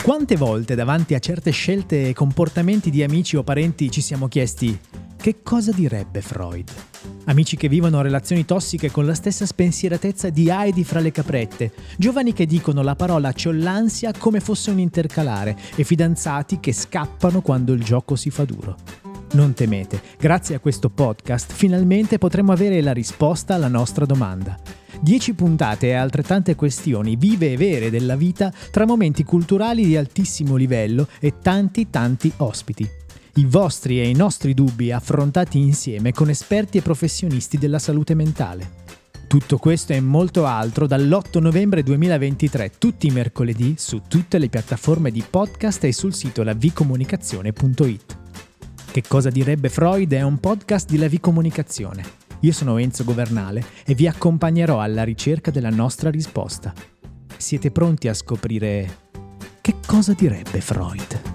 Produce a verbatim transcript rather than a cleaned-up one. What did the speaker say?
Quante volte davanti a certe scelte e comportamenti di amici o parenti ci siamo chiesti che cosa direbbe Freud? Amici che vivono relazioni tossiche con la stessa spensieratezza di Heidi fra le caprette, giovani che dicono la parola c'ho l'ansia come fosse un intercalare e fidanzati che scappano quando il gioco si fa duro. Non temete, grazie a questo podcast finalmente potremo avere la risposta alla nostra domanda. Dieci puntate e altrettante questioni vive e vere della vita tra momenti culturali di altissimo livello e tanti tanti ospiti. I vostri e i nostri dubbi affrontati insieme con esperti e professionisti della salute mentale. Tutto questo e molto altro dall'otto novembre duemilaventitré, tutti i mercoledì, su tutte le piattaforme di podcast e sul sito la v comunicazione punto it. Che cosa direbbe Freud è un podcast di La V Comunicazione. Io sono Enzo Governale e vi accompagnerò alla ricerca della nostra risposta. Siete pronti a scoprire che cosa direbbe Freud?